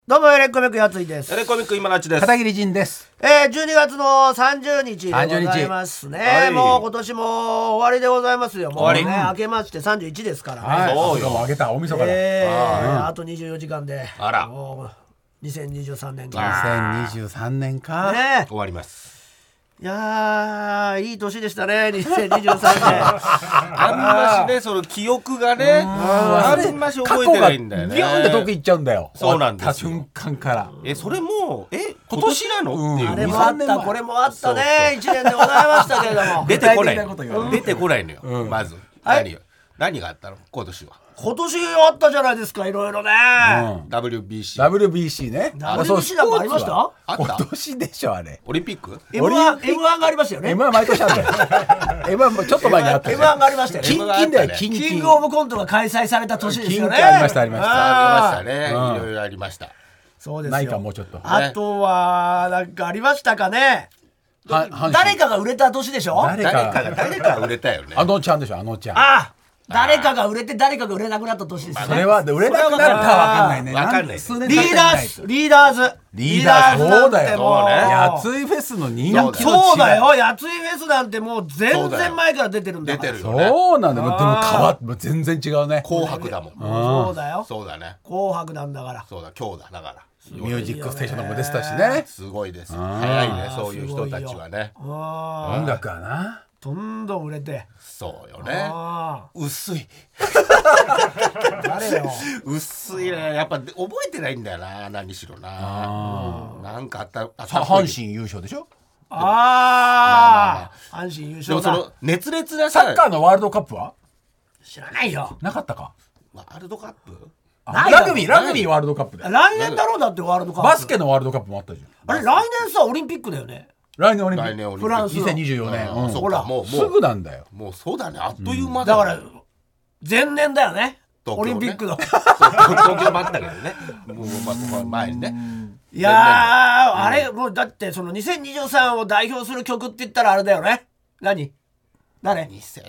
どうもエレコミックやついです。 エレコミック今立ちです。 片桐仁です。 12月の30日でございますね。 はい、 もう今年も終わりでございますよ。もうね、明けまして31ですからね。 はい、 そうよ。 あげた大晦日だ。 あと24時間で。 あら。 もう2023年か。 2023年か。 ね、 終わります。 いやーいい年でしたね2023年あんましねその記憶がねあんまし覚えてないんだよね。 ビューンって遠く行っちゃうんだよ。 そうなんですよ。 瞬間からそれも今年なのっていう。 あれもあったこれもあったね1年でございましたけれども出てこないの。出てこないのよ。まず何があったの今年は。 今年あったじゃないですかいろいろね。 WBC ね。 WBC なんかありました？ 今年でしょあれ。 オリンピック ？M1 がありましたよね。 M1 は毎年あったよ。M1 ちょっと前にあったよ。 M1 がありましたよね。 キンキンだよキンキン。 キングオブコントが開催された年ですよね。 キンキンありましたありました。 ありましたね。いろいろありました。 そうですよ。 ないかもうちょっと。 あとはなんかありましたかね。誰かが売れた年でしょ。 誰か売れたよね。 あのちゃんでしょあのちゃん。 誰かが売れて誰かが売れなくなった年ですね。 それは売れなくなったら分かんないね。 分かんない。 リーダーズそうだよ。 やついフェスの人気のそうだよ。やついフェスなんてもう全然前から出てるんだから。 そうなんだよ。でも全然違うね。 紅白だもん。 そうだよ。 そうだね。 紅白なんだから。 そうだ今日だだから。 ミュージックステーションも出てたしね。 すごいですよ。早いねそういう人たちはね。 音楽はな。 どんどん売れて。 そうよね。薄い。 誰よ。 薄いね。やっぱ覚えてないんだよな。何しろな。なんかあった。 阪神優勝でしょ。 阪神優勝だ。 でもその熱烈なサッカーのワールドカップは知らないよ。 なかったか。 ワールドカップ。 ラグビーワールドカップで。 来年だろうだってワールドカップ。 バスケのワールドカップもあったじゃん。 あれ来年さオリンピックだよね。 来年オリンピック。 フランス 2024年。 ほらもうすぐなんだよ。 もうそうだね。あっという間だ。 だから前年だよね。オリンピックの。 東京もあったけどね。もう前にね。 いやーあれもうだってその2023を代表する曲って言ったらあれだよね。何？誰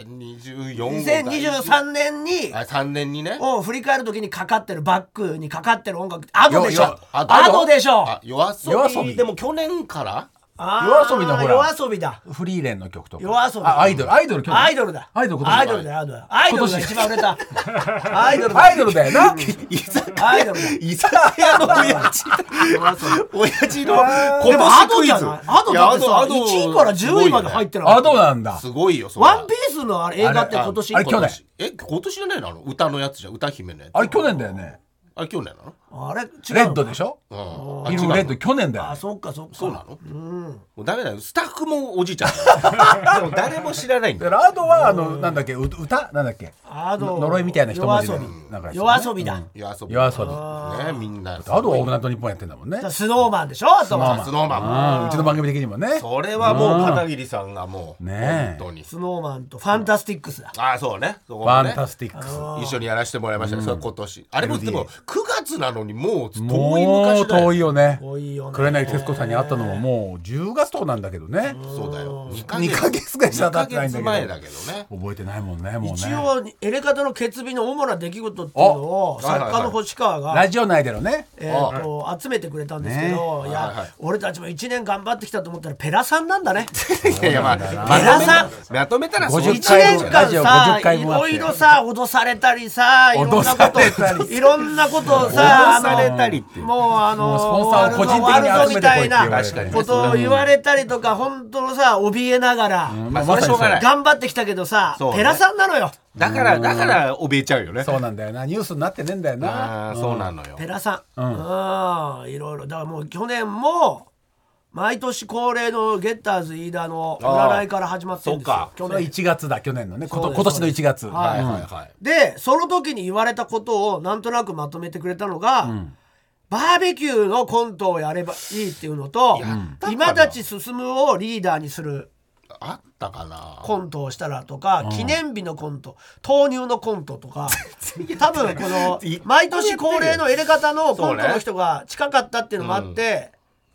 ？2023年に 3年にねを振り返るときにかかってるバックにかかってる音楽アドでしょ。アドでしょ。 夜遊びでも去年から夜遊びのほら夜遊びだ。 フリーレンの曲とか夜遊びアイドルだ。アイドルだアイドルが一番売れた。アイドルだよな。 アイドルだ。 居酒屋の親父のでもアドじゃない。アドだってさ1位から10位まで入ってる。 アドなんだ。 すごいよ。 ワンピースのあれ映画って今年。 あれ去年。 今年じゃないの？歌のやつじゃん。歌姫のやつ。 あれ去年だよね。 あれ去年なの？ あれ違う。 レッドでしょ。フィルムレッド去年だよ。 あそっかそっか。 そうなの？もうダメだよ。スタッフもおじいちゃん。でも誰も知らないんだよ。 アドはなんだっけ歌なんだっけ。呪いみたいな一文字で。 夜遊びだ。 夜遊び。 ねみんな。 アドはオールナイトニッポンやってんだもんね。 スノーマンでしょ。 スノーマン。 うちの番組的にもね。 それはもう片桐さんがもうね本当に。 スノーマンとファンタスティックスだ。 あそうね。 ファンタスティックス一緒にやらせてもらいましたね。それ今年。あれもでも9月なのにもう遠い昔だよ。遠いよね。 黒柳徹子さんに会ったのももう10月とかなんだけどね。 そうだよ。2 ヶ月ぐらいしか経ってないんだけど。 前だけどね。 覚えてないもんね。もうね。 一応エレカタの決日の主な出来事っていうのを作家の星川がラジオ内でのね集めてくれたんですけど、いや俺たちも1年頑張ってきたと思ったらペラさんなんだね。 いやまあペラさんまとめたら 1年間さいろいろさ脅されたりさいろんなことをさ脅されたりってもうスポンサーを個人的に集めてこいって言われたりことを言われたりとか本当のさ怯えながら頑張ってきたけどさペラさんなのよ。 だから怯えちゃうよね。 そうなんだよな。ニュースになってねえんだよな。 そうなのよ。 ペラさんいろいろだからもう去年も毎年恒例のゲッターズ飯田の占いから始まってるんですよ。 去年1月だ去年のね今年の1月。 でその時に言われたことをなんとなくまとめてくれたのが、バーベキューのコントをやればいいっていうのと今立ち進むをリーダーにするあったかなコントをしたらとか、記念日のコント豆乳のコントとか多分この毎年恒例のエレカタのコントの人が近かったっていうのもあって、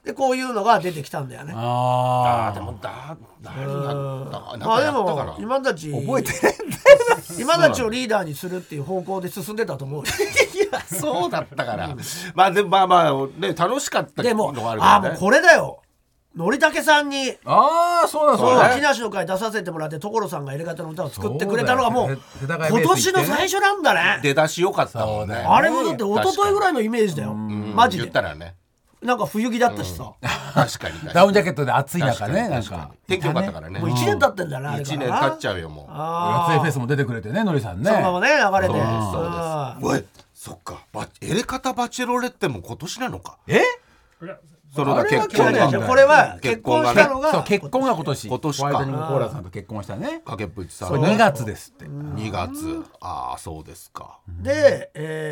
でこういうのが出てきたんだよね。 でも何やったまあでも今たち覚えてないんだよ今たちをリーダーにするっていう方向で進んでたと思うよ。 いやそうだったからまあでもまあね楽しかったでものがあるからね。 もうこれだよ、のりたけさんにそうだそうだ木梨の会出させてもらって所さんがエレガタの歌を作ってくれたのがもう今年の最初なんだね。 出だし良かったもんね。 あれもだって一昨日ぐらいのイメージだよマジで。 言ったらねなんか冬着だったしさ、 確かにダウンジャケットで暑い中ねなんか天気良かったからね。 もう1年経ってんだよねあれか 1 らな。 年経っちゃうよもう。 ガッツ FS も出てくれてねのりさんねそのままね流れてそうですおいそっかエレカタバチェロレッテも今年なのか。それだ結婚がこれは結婚したのがそう結婚が今年今年かホワイトニングコーラさんと結婚したね。 かけっぷちさんこれ2月ですって。 2月そうですか。 で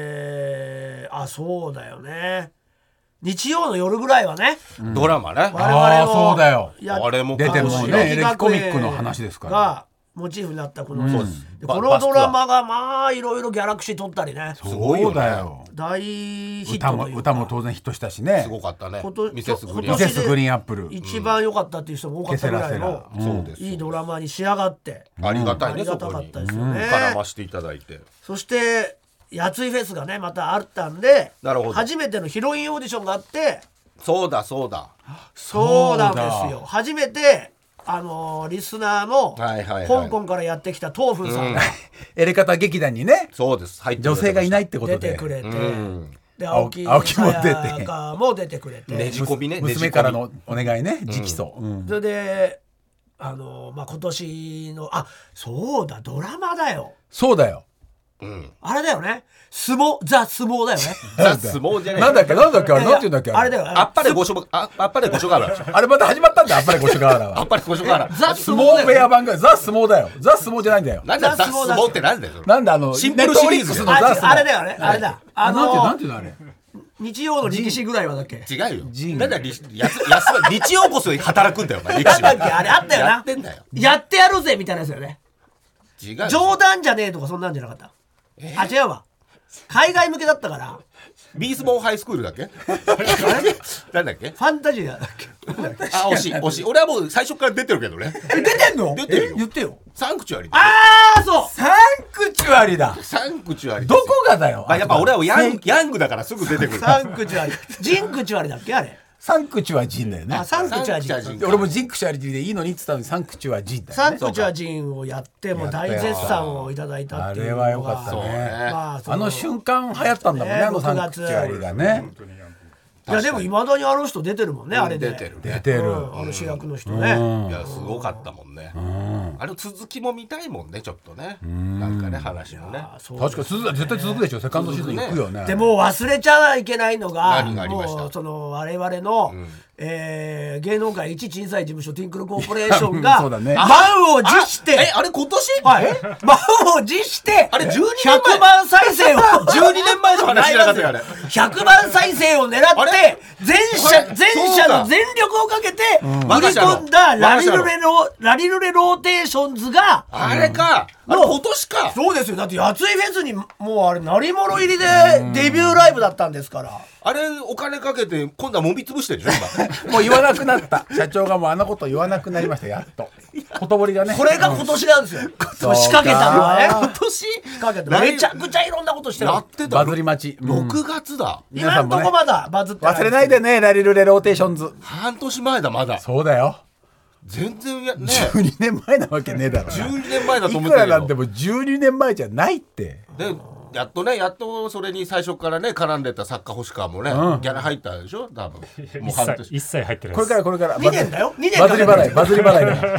そうだよね、日曜の夜ぐらいはね、 ドラマね。 我々のそうだよあれも出ても白ねエレキ木学園コミックの話ですからがモチーフになったこの、 そうですでこのドラマがまあいろいろギャラクシー取ったりね、 すごいよね。 だよ大ヒットというか歌も当然ヒットしたしねすごかったね。ミミセスグリーン今年ミセスグリーンアップル一番良かったっていう人も多かったぐらいのそうですいいドラマに仕上がって、 ありがたいねありがたかったですよね。 絡ましていただいて。 そしてやついフェスがねまたあったんで、 なるほど初めてのヒロインオーディションがあって、 そうだそうなんですよ。初めてリスナーのはいはいはい香港からやってきたトーフンさんがエレカタ劇団にねそうです入って女性がいないってこと出でてくれて、 んで青木も出てさやかも出てくれて、 ねじ込みね娘からのお願いね直訴それで今年のそうだドラマだよ、 そうだよあれだよね、相撲ザ相撲だよね。 ザ相撲じゃない。 なんだっけあれなんて言うんだっけあれだよあっぱれごしょあっぱれごしょがらでしょ。 あれまた始まったんだあっぱれごしょがわらはあっぱれごしょがら。 ザ相撲ペア番組ザ相撲だよザ相撲じゃないんだよなんだザ相撲ってなんだよ。 なんだシンプルシリーズネットフリックスのザ相撲あれだよね、あれだなんていうのあれ日曜の力士ぐらいはだっけ、 違うよ。なんだ日曜こそ働くんだよお前力士なんだっけあれあったよな、 やってんだよ。 やってやるぜみたいなやつだよね。 違うよ。 冗談じゃねえとかそんなんじゃなかった、違うわ、海外向けだったからビースボーンハイスクールだっけなんだっけ。 ファンタジアだっけ。 惜しい。俺はもう最初から出てるけどね。 出てんの？ 出てるよ。 言ってよ。 サンクチュアリ。 そうサンクチュアリだサンクチュアリ。 どこがだよやっぱ俺はヤングだからすぐ出てくる。 サンクチュアリ、ジンクチュアリだっけあれ。 サンクチュアジンだよねサンクチュアジン。 俺もジンクチュアリでいいのにって言ったのにサンクチュアジンだよねサンクチュアジンをやっても大絶賛をいただいたっていうのがあれは良かったねあの瞬間流行ったんだもんねあのサンクチュアリがねいやでもいまだにあの人出てるもんね、あれで出てる出てるあの主役の人ね、 いやすごかったもんね。あれ続きも見たいもんねちょっとね。なんかね話もね。 そう確か絶対続くでしょセカンドシーズン行くよねでもう忘れちゃいけないのが何がありました？ もうその我々の、芸能界一小さい事務所ティンクルコーポレーションがそうだね満を持してあれ今年？ はい満を持してあれ12年 100万再生を 12年前の話じゃなかったよあれ。 100万再生を狙って全社の全力をかけて売り込んだラリルレローテーションズがあれか。あれ今年か。 そうですよ。だってやついフェスにもうあれ鳴り物入りでデビューライブだったんですから。 あれお金かけて今度はもみつぶしてるでしょ今。 もう言わなくなった社長がもうあんなこと言わなくなりましたやっとほとぼりがねこれが今年なんですよ。仕掛けたのはね。 今年仕掛けた。めちゃくちゃいろんなことしてる。 やってた。 バズり待ち 6月だ。 今んとこまだバズって忘れないでねラリルレローテーションズ半年前だまだ。 そうだよ全然ね。 12年前なわけねえだろ 12年前だと思いってたけど。 くらなんでも12年前じゃないってでやっとそれに最初からね絡んでた作家星川もね、ギャラ入ったでしょ多分。もう半年。 一切入ってないこれから 2年だよ。2年バズり払いバズり払いが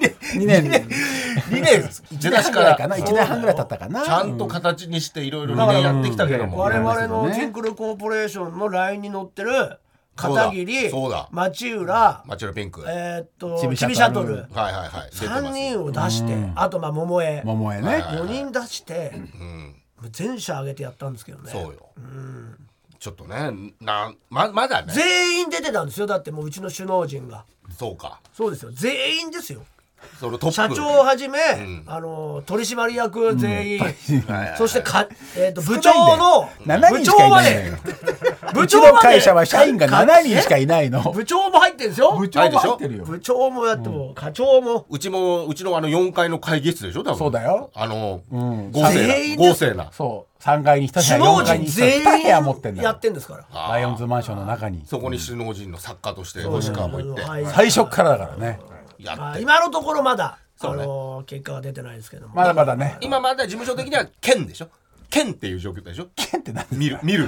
2年出だしから 1年半ぐらい経ったかなちゃんと形にしていろいろ2年やってきたけども。 我々のティンクルコーポレーションの LINE に載ってる片桐、 そうだ町浦、 マチュラピンク。 チビシャトルはいはいはい。出てます 3人を出してあと桃江桃江ね 4人出して全社上げてやったんですけどね。 そうよ。ちょっとねまだね。 全員出てたんですよ。だってもううちの首脳陣が。 そうか。 そうですよ全員ですよ。 そのトップ社長をはじめ、取締役全員、そして部長の 7人しかいないのよ。うちの会社は社員が7人しかいないの。 部長も入ってるんですよ。 部長も入ってるよ。 部長もやっても課長も。 うちの4階の会議室でしょ多分。 そうだよ。 豪勢な。 そう。3階に1部屋、4階に2部屋持ってんだよ。 やってんですから。 ライオンズマンションの中に。 そこに首脳陣の作家として星川も行って。 最初からだからね。 今のところまだ結果は出てないですけども。 まだまだね。 今まだ事務所的には県でしょ。県っていう状況でしょ。 県って何？ 見るの。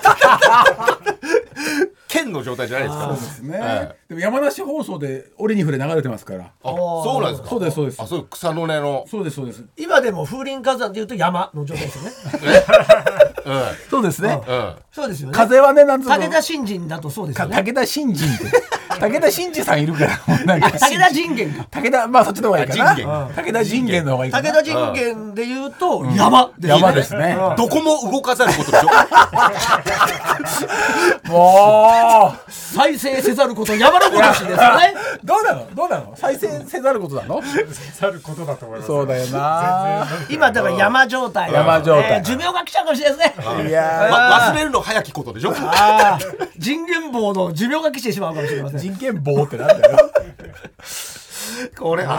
県の状態じゃないですか。 そうですね。でも山梨放送で折に触れ流れてますから。 そうなんですか。 そうですそうです。 そう草の根の。 そうですそうです。 今でも風林火山でいうと山の状態ですよね。 そうですね。 そうですよね。 風はねなんと武田信玄だとそうですよね。 武田信玄って武田真治さんいるから武田信玄か。 武田まあそっちの方がいいかな。武田信玄の方がいいかな。 武田信玄でいうと山ですね。 どこも動かざることでしょ。もう再生せざること山のことしですよね。 どうなの再生せざることなの？ せざることだと思います。 そうだよな。 今だから山状態。寿命が来ちゃうかもしれないですね。 いや忘れるの早きことでしょ。 人間棒の寿命が来てしまうかもしれません。 人間棒ってなんだよ。 これが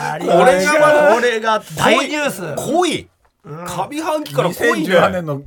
大ニュース。 濃い。上半期から濃いね。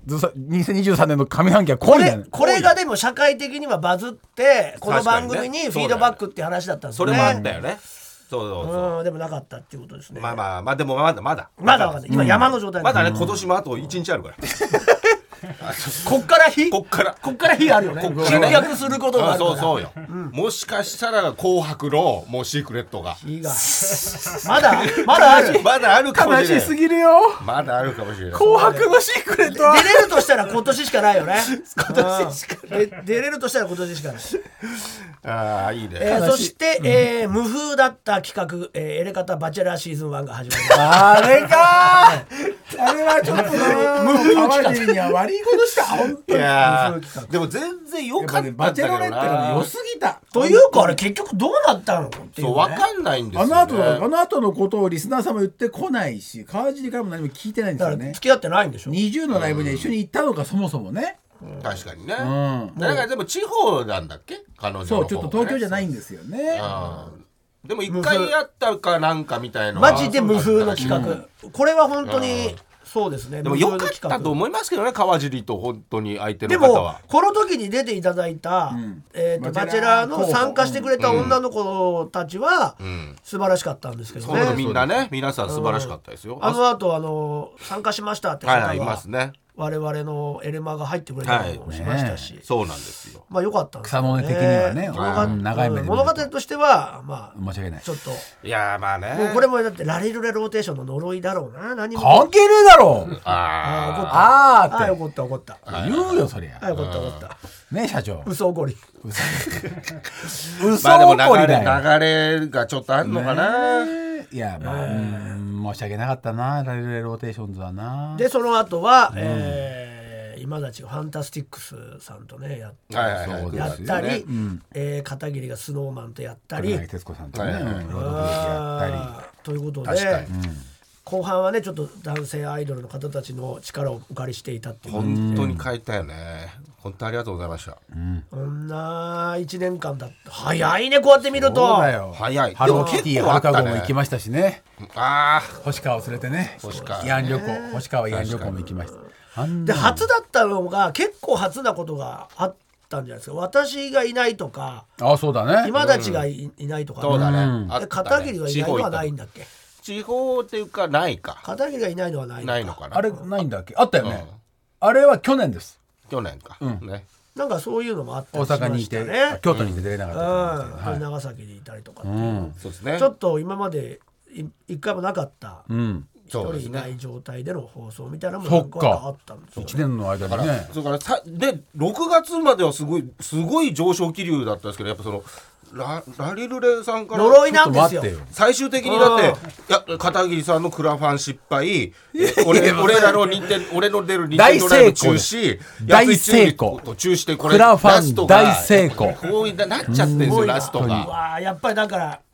2023年の上半期は濃いね。 これがでも社会的にはバズってこの番組にフィードバックっていう話だったんですよね。 それもあったよね。そうでもなかったっていうことですね。 まあでもまだ分かんない。今山の状態まだね今年もあと1日あるからこっから火あるよね。侵略することがあるから。 そうよ。もしかしたら紅白のもうシークレットがまだあるかもしれない。 悲しすぎるよ。 まだあるかもしれない。 紅白のシークレットは出れるとしたら今年しかないよね。出れるとしたら今年しかない。 ああいいね。 そして無風だった企画エレカタバチェラーシーズン1が始まりました。 あれかあれはちょっと無風川尻には悪いことした本当に。 いやでも全然良かったんだけどな。 バチェロレッテが良すぎたというかあれ結局どうなったのっていうね。 そう分かんないんですよね。 あの後のことをリスナーさんも言ってこないし川尻からも何も聞いてないんですよね。 付き合ってないんでしょ。 20のライブには一緒に行ったのかそもそもね。 確かにね。なんかでも地方なんだっけ彼女の方そうちょっと東京じゃないんですよね。 でも一回やったかなんかみたいな。 マジで無風の企画。これは本当にそうですね。 でも良かったと思いますけどね川尻と本当に相手の方は。 でもこの時に出ていただいたバチェラーの参加してくれた女の子たちは素晴らしかったんですけどね。 みんなね皆さん素晴らしかったですよ。 あの後参加しましたって方がいますね。 我々のエレマが入ってくれたりもしましたし、 そうなんですよ。 まあ良かったんです草の根的にはね長い目で物語としてはまあ申し訳ないちょっといやまあねもうこれもだってラリルレローテーションの呪いだろうな。何も関係ねえだろ。 ああ怒った言うよそりゃ。 怒ったね社長嘘怒り嘘まあでも怒りだよ。 流れがちょっとあるのかな。 いやまあ申し訳なかったなラリルレローテーションズはな。 でその後は今立ちがファンタスティックスさんとねやったり片桐がスノーマンとやったり徹子さんとねロードブレイクやったりということで後半はねちょっと男性アイドルの方たちの力をお借りしていたっていう本当に変えたよね。本当ありがとうございました。 こんな1年間だった早いねこうやって見ると。 そうだよ。 早い。 ハローキティハルカ号も行きましたしね。星川を連れてね星川慰安旅行星川慰安旅行も行きました。 で初だったのが結構初なことがあったんじゃないですか。私がいないとかそうだね今立ちがいないとかそうだね。 片桐がいないのはないんだっけ。 地方っていうかないか。 片桐がいないのはないのかな。 あれないんだっけ。あったよね。あれは去年です。 去年かね。 なんかそういうのもあったりしましたね。大阪にいて京都にいて出れなかった長崎にいたりとかそうですね。 ちょっと今まで一回もなかった一人いない状態での放送みたいなものがあったんですよね。 1年の間にね。 そうからで6月まではすごい上昇気流だったんですけどやっぱそのラリルレさんから呪いなんですよ。 最終的にだって片桐さんのクラファン失敗俺の出る任天堂ライブ中止大成功中止でこれクラファン大成功こうなっちゃってんですよラストが。 やっぱりだから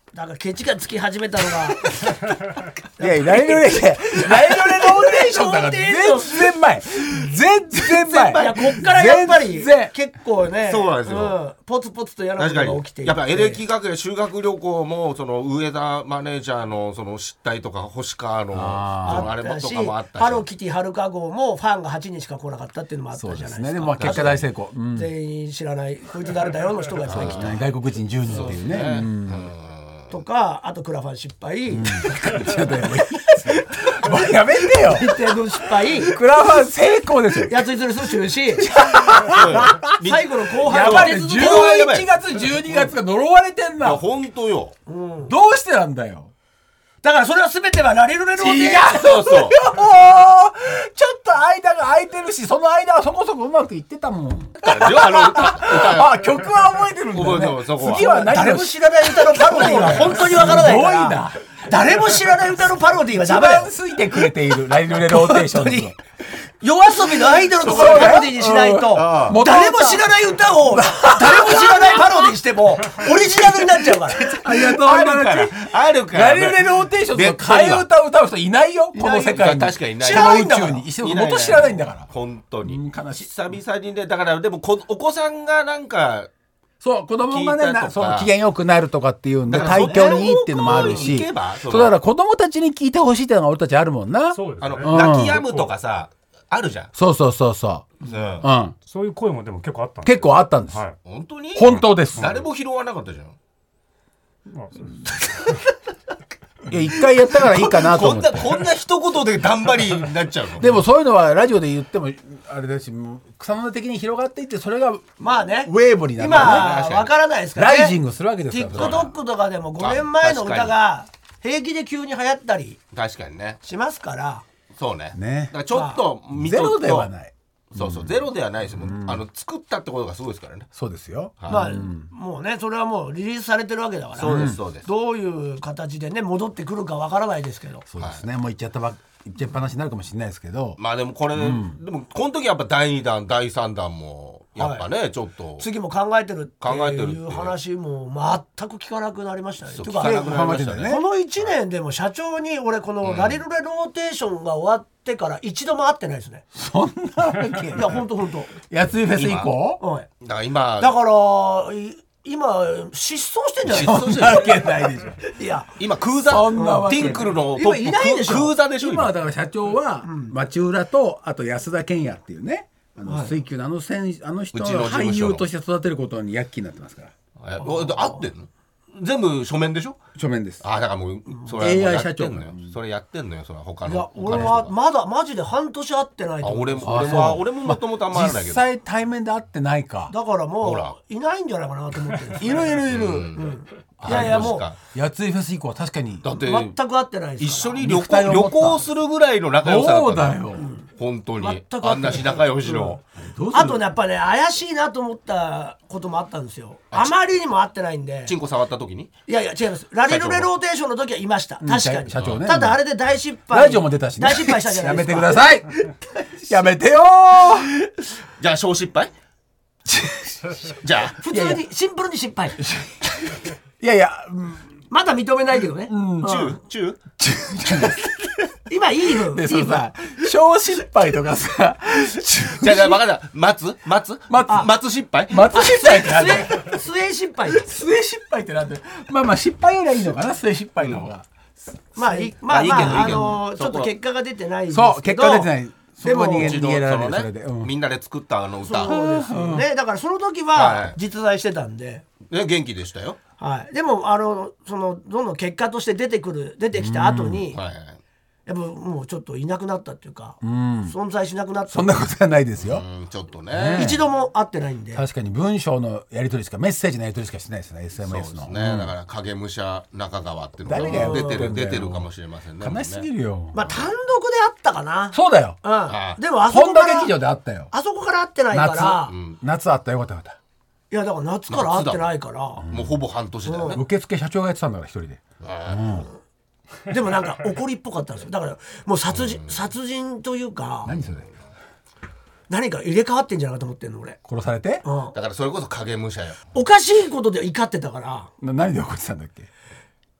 だからケチがつき始めたのがいやライロレローテーションだから全然前いやこっからやっぱり結構ねそうなんですよ、 ポツポツとやることが起きていて、 やっぱエレキ学園修学旅行もその上田マネージャーのその失態とか星川のあれとかもあったし、 ハローキティはるか号もファンが8人しか来なかったっていうのもあったじゃないですか。 そうですね。でも結果大成功、 全員知らないこいつ誰だよの人がいっぱい来た、 外国人10人っていうね、 とかあとクラファン失敗、 ちょっとやめてよ一定の失敗、 クラファン成功ですよ。 やついずれする中止最後の後半やばい11月12月が呪われてんな。 本当よ、 どうしてなんだよ。 だからそれは全てはラリルレロー違うそうそうちょっと間が空いてるし、その間はそこそこうまくいってたもん。あ、曲は覚えてるんだよね。次は何誰も知らない歌のパロディーは本当にわからないからすごいな。 誰も知らない歌のパロディーはダ一メだよ。 番ついてくれているライルレローテーションに夜遊びのアイドルとかをパロディにしないと誰も知らない歌を誰も知らないパロディしてもオリジナルになっちゃうから。 ありがとう。 あるからライルレローテーションの替え歌を歌う人いないよ、この世界に。 確かにいない。 知らないんだから。元知らないんだから本当に悲しい。 久々にね、だからでもお子さんがなんかそう子供がねそう機嫌よくなるとかっていうんで体調にいいっていうのもあるし、そうだから子供たちに聞いてほしいっていうのが俺たちあるもんな。 そうですね。 泣き止むとかさあるじゃん。 そう、 そういう声もでも結構あったんです。 結構あったんです。 本当に本当です。 誰も拾わなかったじゃん。 いや一回やったからいいかなと思ってこんな一言で頑張りになっちゃうの。 でもそういうのはラジオで言ってもあれだし、草の根的に広がっていってそれがまあねウェーブになる今わからないですからね。 ライジングするわけですよ。 TikTok とかでも5年前の歌が平気で急に流行ったり確かにねしますから。 そうね。 ねだからちょっと見ゼとくとロではない。 そうゼロではないですよ。作ったってことがすごいですからね。 そうですよ。 まあもうねそれはもうリリースされてるわけだから、 そうですそうです。 どういう形でね戻ってくるかわからないですけど。 そうですね。もう言っちゃっぱなしになるかもしれないですけど、 まあでもこれでもこの時やっぱ第2弾第3弾もやっぱねちょっと次も考えてるっていう話も全く聞かなくなりましたね。 聞かなくなりましたね。 この1年でも社長に俺このラリルレローテーションが終わってから一度も会ってないですね。 そんなわけ。 いや本当やついフェス以降だから今失踪してんじゃないそんなわけないでしょ。 いや今空座ティンクルのトップ今いないでしょ。 空座でしょ。 今はだから社長は町浦とあと安田健也っていうね水球のあの人を俳優として育てることに躍起になってますから。 合ってんの？全部書面でしょ？ 書面です。 だからもうそれ AI 社長それやってんのよ。それは他の。 いや俺はまだマジで半年会ってないと思う。 俺ももともとあんまりないけど、 実際対面で会ってないか。 だからもういないんじゃないかなと思ってるんです。 いる、 いやもうやついフェス以降は確かにだって全く会ってないです。 一緒に旅行するぐらいの仲良さだった。 そうだよ。 本当にあんなし仲良しの。 あとねやっぱね怪しいなと思ったこともあったんですよ。あまりにも会ってないんで。 チンコ触った時に？いや違います。ラリルレローテーションの時はいました。確かに。 社長ね。 ただあれで大失敗。 ラジオも出たしね。 大失敗したじゃないですか。 やめてください。やめてよ。 じゃあ小失敗？じゃあ普通にシンプルに失敗。 いやまだ認めないけどね。 中今いい分でそのさ小失敗とかさじゃあ分かった松失敗ってなんだよ。 末失敗ってなんだよ。まあ失敗よりはいいのかな。末失敗の方がまあちょっと結果が出てないですけど。 そう結果出てない。そこは逃げられる。それでみんなで作ったあの歌。 そうですよね。だからその時は実在してたんで元気でしたよ。 でもそのどんどん結果として出てきた後にやっぱもうちょっといなくなったっていうか存在しなくなった。 そんなことはないですよ。 ちょっとね一度も会ってないんで。 確かに文章のやり取りしかメッセージのやり取りしかしてないですね。 SMS の。 だから影武者中川っていうのが出てるかもしれませんね。 悲しすぎるよ。 単独で会ったかな。 そうだよ。 でもあそこから本田劇場で会ったよ。 あそこから会ってないから夏会ったよかった。 いやだから夏から会ってないからもうほぼ半年だよね。 受付社長がやってたんだから一人で。 でもなんか怒りっぽかったんですよ。だからもう殺人というか何それ何か入れ替わってんじゃないかと思ってんの俺。 殺されて、 だからそれこそ影武者よ。 おかしいことで怒ってたから。 何で怒ってたんだっけ。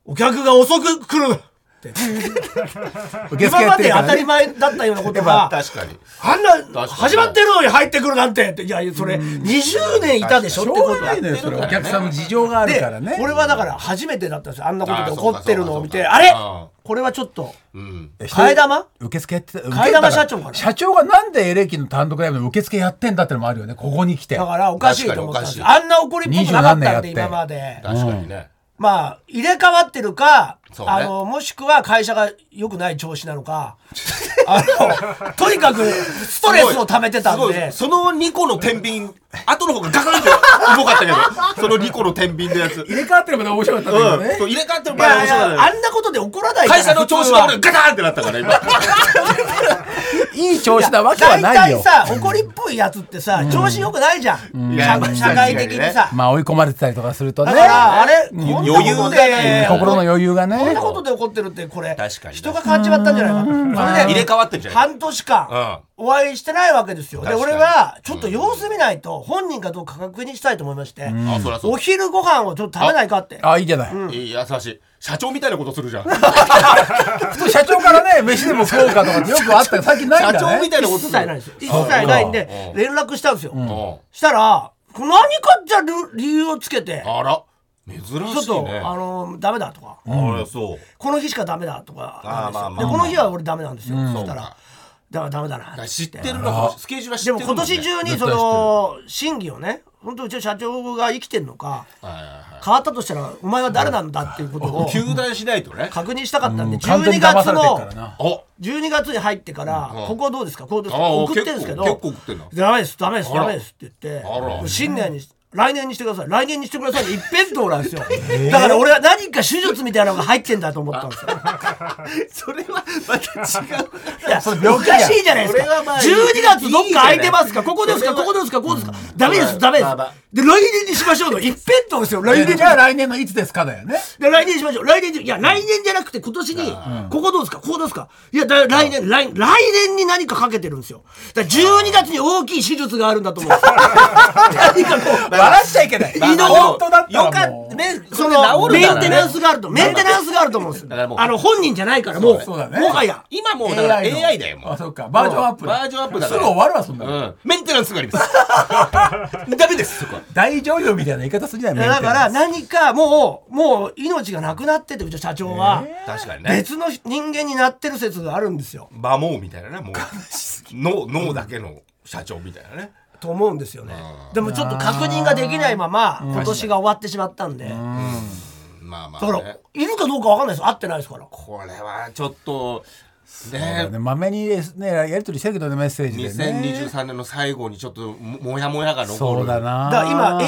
お客が遅く来るって今まで当たり前だったようなことが確かにあんな始まってるのに入ってくるなんてって、いやそれ20年いたでしょってことやってるからね。 お客さんの事情があるからね。 これはだから初めてだったんですよ。あんなことで怒ってるのを見て、あれこれはちょっと替え玉受付やってた。 替え玉社長かな。 社長がなんでエレキの単独ライブの受付やってんだってのもあるよね。ここに来てだからおかしいと思ったんですよ。あんな怒りっぽくなかったんで今まで。 確かにね。 まあ入れ替わってるか、もしくは会社が良くない調子なのかとにかくストレスを溜めてたんで、 その2個の天秤後の方がガガンって重かったけどその2個の天秤のやつ入れ替わってるまで面白かったんだよね。 入れ替わってるまで面白かった。 あんなことで怒らないから会社の調子が俺ガタンってなったから今いい調子なわけはないよ。 大体さ怒りっぽいやつってさ調子良くないじゃん、社会的にさ。 まあ追い込まれてたりとかするとね。 だからあれ余裕がね、 心の余裕がね。 こんなことで怒ってるってこれ人が変わっちまったんじゃないか。それで入れ替わってんじゃない。 半年間お会いしてないわけですよ。で俺はちょっと様子見ないと本人かどうか確認したいと思いまして、お昼ご飯をちょっと食べないかって。 いいじゃない、 優しい社長みたいなことするじゃん社長からね飯でも食おうかとかってよくあったけど最近ないんだね。 社長みたいなこと一切ないんですよ。一切ないんで連絡したんですよ。したら何かじゃ理由をつけて、 あら珍しいね。 ちょっとダメだとか、 そうこの日しかダメだとかでこの日は俺ダメなんですよ。そしたらだからダメだな知ってるのかスケジュールは知ってる。 でも今年中にその審議をね、本当うちの社長が生きてるのか変わったとしたらお前は誰なんだっていうことを糾弾しないとね確認したかったんで、12月に入ってからここどうですかこうですか送ってるんですけど、ダメですダメですダメですって言って、新年に来年にしてください来年にしてくださいって一辺倒なんですよ。だから俺は何か手術みたいなのが入ってんだと思ったんですよ。 それはまた違う。 いやそれおかしいじゃないですか。12月どっか空いてますか、ここですかここですかこうですか、ダメですダメですで来年にしましょうの一辺倒ですよ。来年じゃあ来年のいつですかだよね。 で来年にしましょう。来年いや来年じゃなくて今年にここどうですかこうですか、いや来年に何かかけてるんですよ。だから12月に大きい手術があるんだと思うんですよ。何かこう笑っちゃいけない。 本当だったらもうそのメンテナンスがあるとメンテナンスがあると思うんですよ。本人じゃないからもうもはや今もうだから AI だよ。 あそうかバージョンアップバージョンアップだすぐ終わるわそんな。 メンテナンスがあります。ダメですそこ。 大女優みたいな言い方するじゃない。 だから何かもう命がなくなっててうちの社長は確かにね別の人間になってる説があるんですよ。 馬毛みたいなねもう脳だけの社長みたいなね。 と思うんですよね。でもちょっと確認ができないまま今年が終わってしまったんで、 まあまあだからいるかどうかわかんないです。会ってないですから。 これはちょっとねまめにねやり取りしてるけどねメッセージでね。 2023年の最後にちょっともやもやが残る。 そうだな。 だから今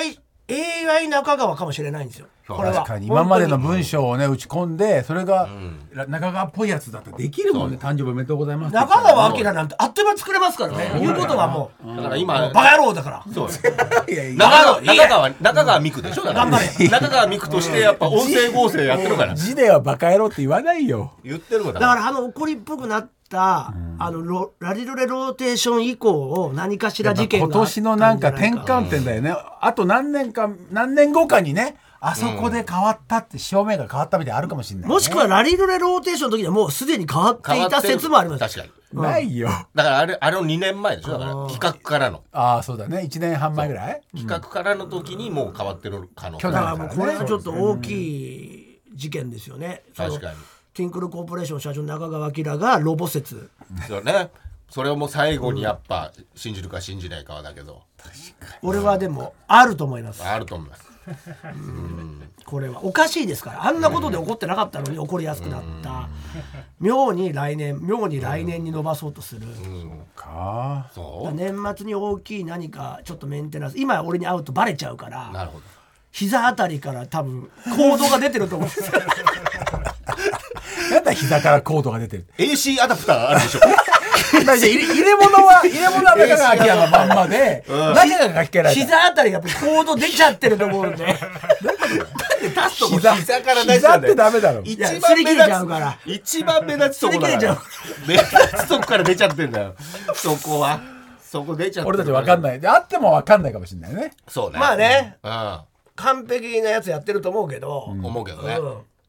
AI 中川かもしれないんですよ。これは確かに今までの文章をね打ち込んでそれが中川っぽいやつだってできるもんね。誕生日おめでとうございます。 中川明なんてあっという間に作れますからね。いうことはもうだから今バカ野郎だから。 そう中川美久でしょ。だから中川美久としてやっぱ音声合成やってるから。 字ではバカ野郎って言わないよ。 言ってるもんだから怒りっぽくなったラリルレローテーション以降何かしら事件が今年のなんか転換点だよね。あと何年後かにねあそこで変わったって正面が変わったみたいなあるかもしれない、ね、 もしくはラリルレローテーションの時にはもうすでに変わっていた説もあります。 確かに、ないよ。 だからあれの2年前でしょ。だから企画からのそうだね1年半前ぐらい企画からの時にもう変わってる可能性。 だからもうこれはちょっと大きい事件ですよね。 確かにティンクルコーポレーション社長中川明がロボ説そうね。それをもう最後にやっぱ信じるか信じないかはだけど、 俺はでもあると思います。 あると思います。 これはおかしいですから。あんなことで怒ってなかったのに怒りやすくなった。妙に来年に伸ばそうとする。そう年末に大きい何かちょっとメンテナンス今俺に会うとバレちゃうから。 なるほど。 膝あたりから多分コードが出てると思うんですよ。 なんだ膝からコードが出てる。 AC アダプターあるでしょ。 入れ物は中川明のまんまで中が書き換えられた。 膝あたりがやっぱコード出ちゃってると思うんで。 膝から出しちゃうんだよ。 ってダメだろ。 一番目立つとこだから。目立つとこから出ちゃってんだよ。そこはそこ出ちゃって。 俺たち分かんない。であっても分かんないかもしれないね。 そうね。 まあね。完璧なやつやってると思うけど。 思うけどね。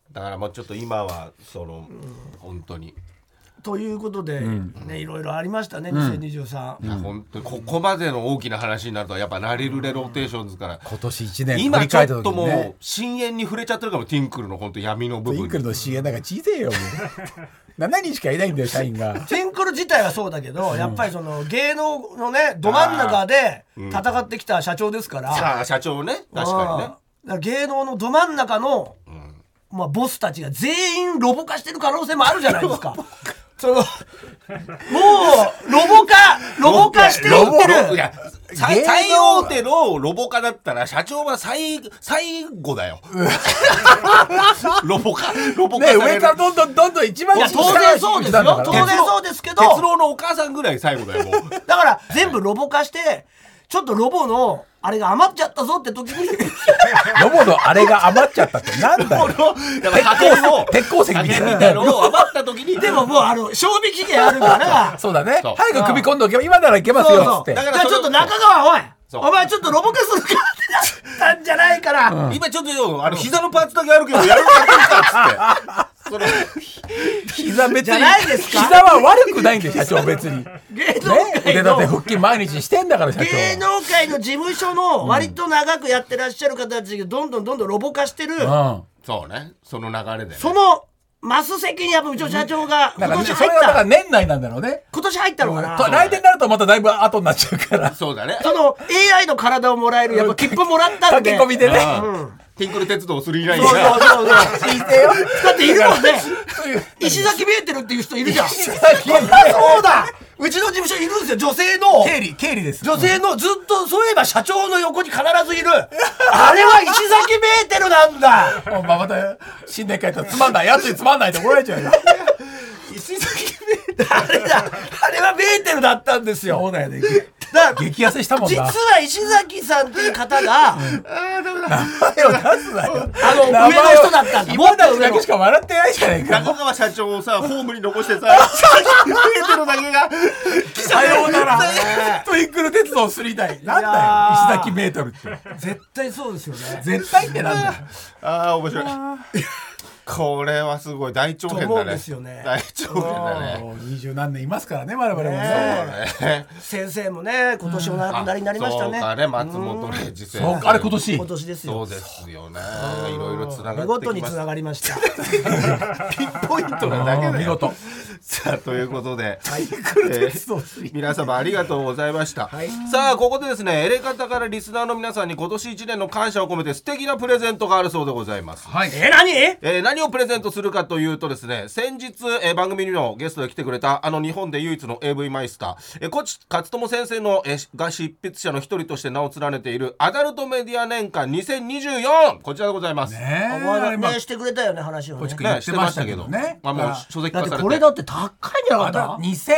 だからもうちょっと今はその、本当にということで、いろいろありましたね、2023。 いや本当にここまでの大きな話になるとやっぱナリルレローテーションズから今年1年今ちょっともう深淵に触れちゃってるかも。ティンクルの本当闇の部分。 ティンクルの深淵なんか小せえよもう7人しかいないんだよ社員が。 ティンクル自体はそうだけど、やっぱりその芸能のねど真ん中で戦ってきた社長ですから。 さあ社長ね、確かにね。 だから芸能のど真ん中の、ボスたちが全員ロボ化してる可能性もあるじゃないですか。そのもうロボ化していってる。 いや最大手のロボ化だったら社長は最後だよ。ロボ化ね、 上からどんどん一番当然そうですよ。当然そうですけど、 鉄郎のお母さんぐらい最後だよもう。 だから全部ロボ化してちょっとロボのあれが余っちゃったぞって時にロボのあれが余っちゃったってなんだよ。鉄鉱石みたいなのを余った時にでももう賞味期限あるからそうだね、早く組み込んでおけば今ならいけますよっつって。 だからちょっと中川お前ちょっとロボ化するかってなったんじゃないから、 今ちょっと膝のパーツだけあるけどやるかってっつって膝別にじゃないですか。 膝は悪くないんで社長別に芸能界腕立て腹筋毎日してんだから社長。 芸能界の事務所の割と長くやってらっしゃる方たちがどんどんロボ化してる、 そうね、その流れでね、 そのマス席にやっぱうちの社長が今年入それがだから年内なんだろうね。 今年入ったのかな。 来年になるとまただいぶ後になっちゃうから。 そうだね。 その AI の体をもらえるやっぱ切符もらったんで駆け込みでね、 ティンクル鉄道3ラインそうだっているもんね。石崎見えてるっていう人いるじゃん。そうだ、うちの事務所いるんですよ、女性の経理です。 女性のずっとそういえば社長の横に必ずいるあれは石崎メーテルなんだ。 また新年会とつまんないやつにつまんないと怒られちゃうよ。 石崎メーテルあれはメーテルだったんですよ。 そうだよね。激痩せしたもんな。 実は石崎さんっていう方が名前を出すなよ。 上の人だったんだ。 今たちだけしか笑ってないじゃないか。 中川社長をさホームに残してさメーテルだけがさようならトゥインクル鉄道3台なんだよ石崎メートルって。 絶対そうですよね。 絶対ってなんだよ。 面白い。これはすごい大長編だね。大長編だね。 20何年いますからね我々もね。先生もね今年お亡くなりになりましたね。 そうかね、松本零士先生。 あれ今年ですよ。 そうですよね。いろいろつながってきました。 見事につながりました。 ピンポイントなだけだよ。 見事。 さあということで、皆様ありがとうございました。さあここでですね、エレカタからリスナーの皆さんに今年1年の感謝を込めて素敵なプレゼントがあるそうでございます。何をプレゼントするかというとですね、先日、番組にもゲストで来てくれた日本で唯一の AV マイスター、越智勝友先生の、が執筆者の一人として名を連ねているアダルトメディア年間2024、こちらでございます。 してくれたよね話をね。 してましたけどね。もう書籍化されて。 これだって高いんじゃなかった？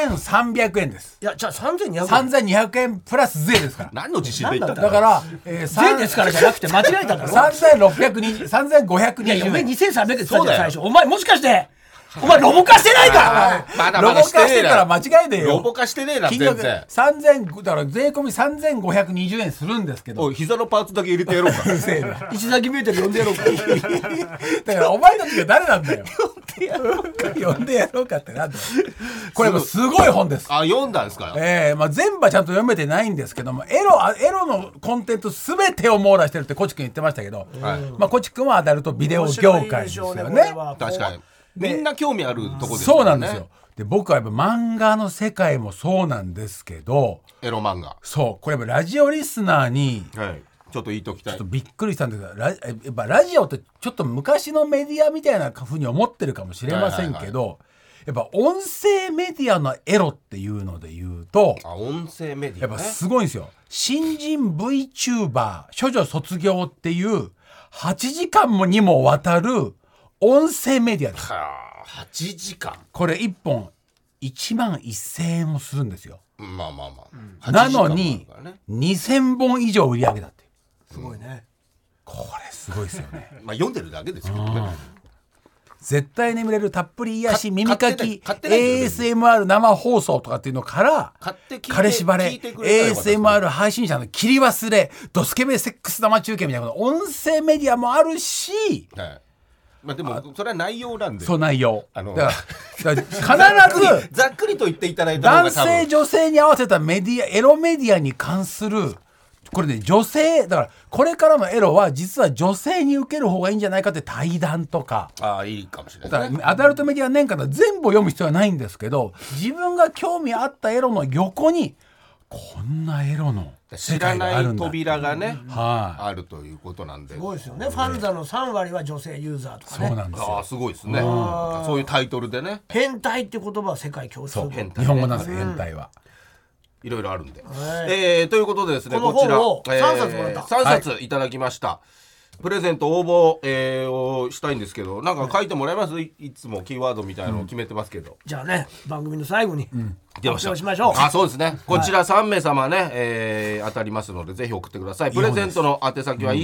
2300円です。 いやじゃあ3200 円プラス税ですから。 何の自信で言ったんだ。 だから税ですからじゃなくて間違えたんだろ。 3520円。 いやお前2300円最初。お前もしかしてお前ロボ化してないか。 ロボ化してたら間違いねえよ。 ロボ化してねえな全然。 3000だから税込み3520円するんですけど。 おい膝のパーツだけ入れてやろうか。 石崎メーテル呼んでやろうか。 だからお前たちが誰なんだよ。呼んでやろうかってなんだよ。これもすごい本です。 読んだんですか。 全部はちゃんと読めてないんですけども、エロのコンテンツすべてを網羅してるってコチ君言ってましたけど、コチ君はアダルトビデオ業界ですよね。 確かに。みんな興味あるとこですよね。そうなんですよ。で僕はやっぱ漫画の世界もそうなんですけど、 エロ漫画。 そうこれラジオリスナーに、 ちょっと言いときたい。 ちょっとびっくりしたんですけど、やっぱラジオってちょっと昔のメディアみたいな風に思ってるかもしれませんけど、やっぱ音声メディアのエロっていうので言うと、 音声メディア、 やっぱすごいんですよ。新人 VTuber 処女卒業っていう8時間にもわたる音声メディアです。 8時間これ1本1万1000円もするんですよ。 なのに2000本以上売り上げだって。 すごいね。 これすごいですよね。 読んでるだけですけどね。 絶対眠れるたっぷり癒し耳かき ASMR 生放送とかっていうのから彼氏バレ ASMR 配信者の切り忘れドスケベセックス生中継みたいな音声メディアもあるし、 まあでもそれは内容なんで、 そう内容だかだから必ずざっくりと言っていただいた方が男性女性に合わせたエロメディアに関するこれね女性だからこれからのエロは実は女性に受ける方がいいんじゃないかって対談とかいいかもしれだない、 からアダルトメディア年間で全部読む必要はないんですけど自分が興味あったエロの横にこんなエロの世知らない界があるんだ扉がね、 はいあるということなんで、 すごいですよね。ファンザの3割は女性ユーザーとかね。 そうなんですよすごいですね、そういうタイトルでね、 変態って言葉は世界共通語。 変態日本語なんですよ変態は。 いろいろあるんで、 はいということでですね、 このこちら、 本を3冊もらった 3冊いただきました、プレゼント応募、をしたいんですけど、なんか書いてもらえます？いつもキーワードみたいなのを決めてますけど、 じゃあね、番組の最後に発出ました表しましょう。 そうですね、こちら3名様ね、当たりますのでぜひ送ってください。プレゼントの宛先は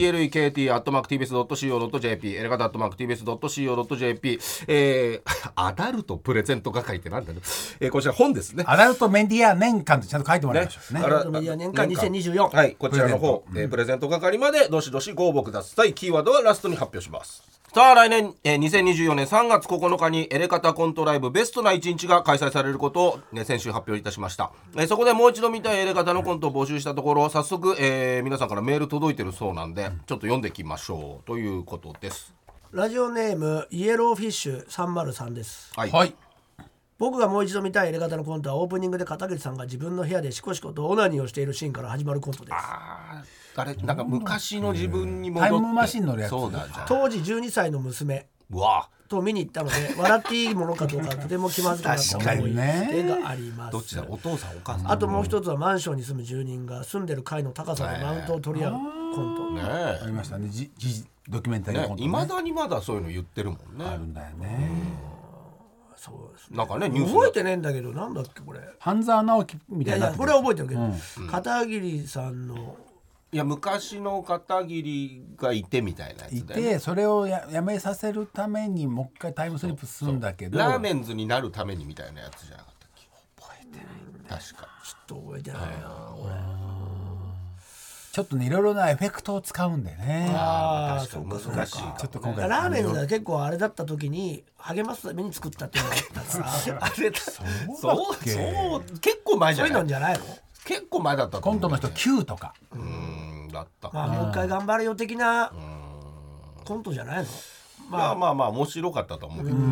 elekt@tbs.co.jp エレガタ @tbs.co.jp アダルトプレゼント係ってなんだね、こちら本ですね、 アダルトメディア年間ってちゃんと書いてもらいましょうね。 アダルトメディア年間2024。 はい、こちらの方プレゼント係までどしどしご応募ください。キーワードはラストに発表します。さあ来年、2024年3月9日にエレカタコントライブベストな1日が開催されることを、先週発表いたしました。そこでもう一度見たいエレカタのコントを募集したところ早速、皆さんからメール届いてるそうなんで、ちょっと読んでいきましょうということです。 ラジオネームイエローフィッシュ303です。 はい、 はい。 僕がもう一度見たいエレガタのコントはオープニングで片桐さんが自分の部屋でシコシコとオナニーをしているシーンから始まるコントです。 あれなんか昔の自分に戻ってタイムマシン乗るやつ。 そうだじゃん。 当時12歳の娘うわと見に行ったので笑っていいものかどうかとても気まずくなった思い出があります。 どっちだ、お父さんお母さん。 あともう一つはマンションに住む住人が住んでる階の高さでマウントを取り合うコント、 ねありましたね。ドキュメンタリーコントね。 いまだにまだそういうの言ってるもんね。 あるんだよね。 そうですね。 なんかねニュース覚えてねえんだけどなんだっけこれ。 半沢直樹みたいな。 いやいやこれは覚えてるけど、片桐さんのいや昔の片桐がいてみたいなやいつで、ね、 てそれをやめさせるためにもう一回タイムスリップするんだけど、 ラーメンズになるためにみたいなやつじゃなかったっけ。覚えてない確かちょっと覚えてないな俺。 ちょっとねいろいろなエフェクトを使うんでね。 確かに難しい。 ちょっと今回ラーメンが結構あれだった時に励ますために作ったっていうのがあったからあれそう結構前じそういうゃない。 のじゃないの。 結構前だったと思うコントの人 Q とかだったまあもう一回頑張れよ的なコントじゃないの。 まあ面白かったと思うけどね。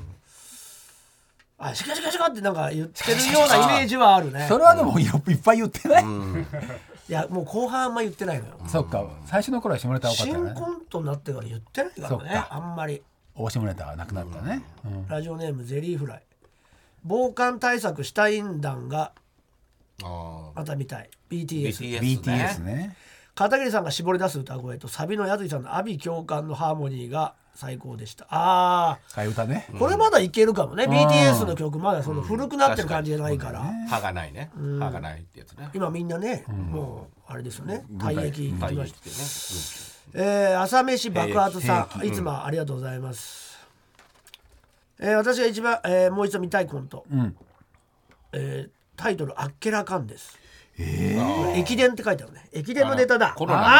あシカシカシカってなんか言ってるようなイメージはあるね。 それはでもいっぱい言ってない。 いやもう後半あんま言ってないのよ。 そっか最初の頃は下ネタ多かった新よね。 コントになってから言ってないからねそっかあんまり。 大下ネタはなくなったね。 ラジオネームゼリーフライ。防寒対策シュタイン団がまた見たい BTS。 BTS ね。 片桐さんが絞り出す歌声とサビのやついさんの阿鼻共感のハーモニーが最高でした。 替え歌ね。 これまだいけるかもね。BTS の曲まだその古くなってる感じじゃないから。 歯がないね。歯がないってやつね。 今みんなね、もうあれですよね。退役行きましってた。朝飯爆発さんいつもありがとうございます。私が一番、もう一度見たいコント、タイトルあっけらかんです。駅伝って書いてあるね。駅伝のネタだ。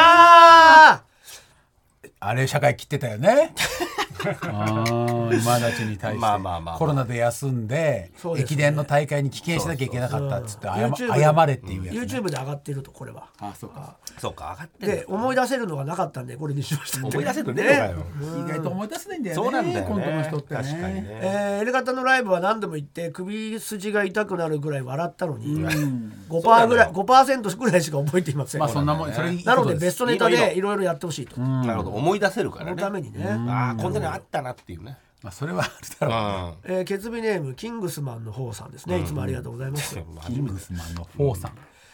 あれ社会切ってたよね。今立ちに対してコロナで休んで駅伝の大会に棄権しなきゃいけなかったっつって謝れっていうやつ、ね、 YouTube で上がってるとこれは。 そうか上がってる。で思い出せるのがなかったんでこれにしました。 思い出せるね。 意外と思い出せないんだよね。 そうなんだよね。 コントの人ってね。 確かにね。 エレガタのライブは何度も行って首筋が痛くなるぐらい笑ったのに、5% ぐらい5% ぐらいしか覚えていません。 まあそんなもんそれなのでベストネタでいろいろやってほしいと。 なるほど思い出せるからね。 そのためにね。 こんなのあったなっていうね。 まあそれはあるだろう。ケツビネームキングスマンの方さんですね。いつもありがとうございます。 キングスマンの方さん。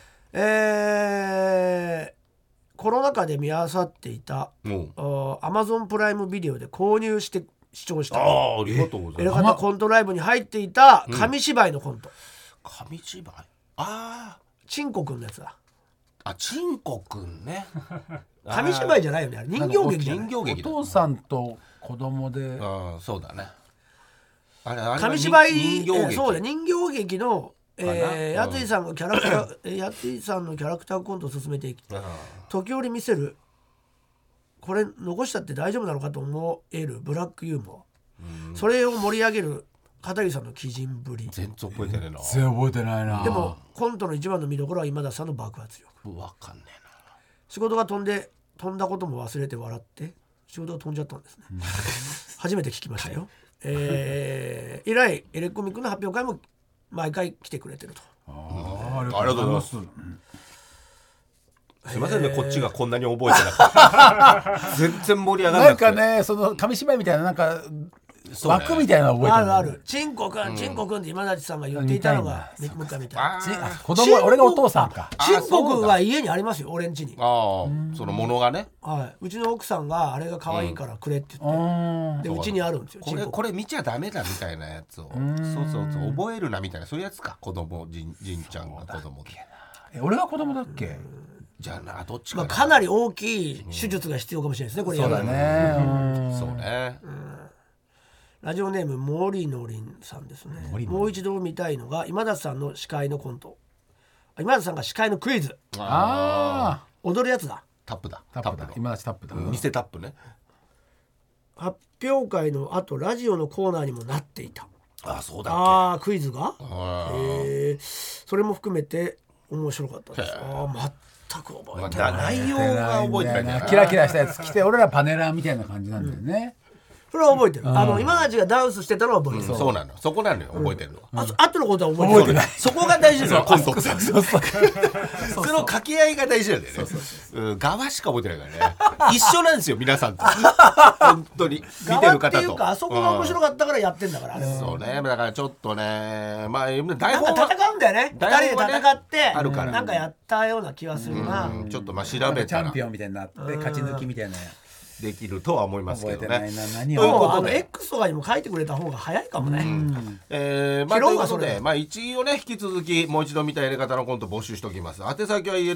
コロナ禍で見漁っていたAmazon プライムビデオで購入して視聴したありがとうございます。 エレガタコントライブに入っていた紙芝居のコント。 紙芝居チンコくんのやつだ。 チンコくんね。 紙芝居じゃないよね。人形劇じゃない。 お父さんと子供で。 そうだね。 紙芝居そうだ人形劇のやついさんのキャラクターやついさんのキャラクターコントを進めていき時折見せるこれ残したって大丈夫なのかと思えるブラックユーモア、それを盛り上げる片桐さんの鬼人ぶり。 全然覚えてねえな。 全然覚えてないな。 でもコントの一番の見どころは今田さんの爆発力。 分かんねえな。 仕事が飛んだことも忘れて笑って仕事が飛んじゃったんですね、初めて聞きましたよ。以来エレコミックの発表会も毎回来てくれてると。 ありがとうございます。すいませんね、こっちがこんなに覚えてなかった全然盛り上がらなくて。 なんかね、その紙芝居みたいななんか枠みたいなの覚えてる。 あるチンコくん、チンコくんって今立さんが言っていたのがもう一回見たい。 子供、俺がお父さんか。 チンコくんは家にありますよ、俺ん家に。 そのものがね、 うちの奥さんがあれが可愛いからくれって言って、でうちにあるんですよ。 これ見ちゃダメだみたいなやつをそう覚えるなみたいな、そういうやつか。子供じんちゃんが子供で。 俺が子供だっけ。 じゃあな、どっちかな。 かなり大きい手術が必要かもしれないですね、これ。 そうだね。 そうね。 ラジオネームモリノリンさんですね。もう一度見たいのが今田さんの司会のコント。今田さんが司会のクイズ。踊るやつだ。 タップだ。 今田タップだ。 偽タップね。 発表会の後ラジオのコーナーにもなっていた。 そうだっけ。 クイズが。それも含めて面白かったです。全く覚えてない。 内容が覚えてない。 キラキラしたやつ着て、俺らパネラーみたいな感じなんだよね。 それは覚えてる。今たちがダンスしてたのは覚えてる。 そうなの。そこなのよ、覚えてるのは。 あとのことは覚えてない。 そこが大事ですよ、コントって。その掛け合いが大事なんだよね。側しか覚えてないからね。一緒なんですよ、皆さんと。本当に見てる方と。 っていうか、あそこが面白かったからやってんだから。 そうね。だからちょっとね、まあ台本は戦うんだよね。二人で戦ってなんかやったような気はするな。 ちょっと調べたらチャンピオンみたいになって勝ち抜きみたいな。 できるとは思いますけどね。 何をX とかにも書いてくれた方が早いかもね。 ということで、一応ね、引き続きもう一度見たやり方のコント募集しておきます。宛先は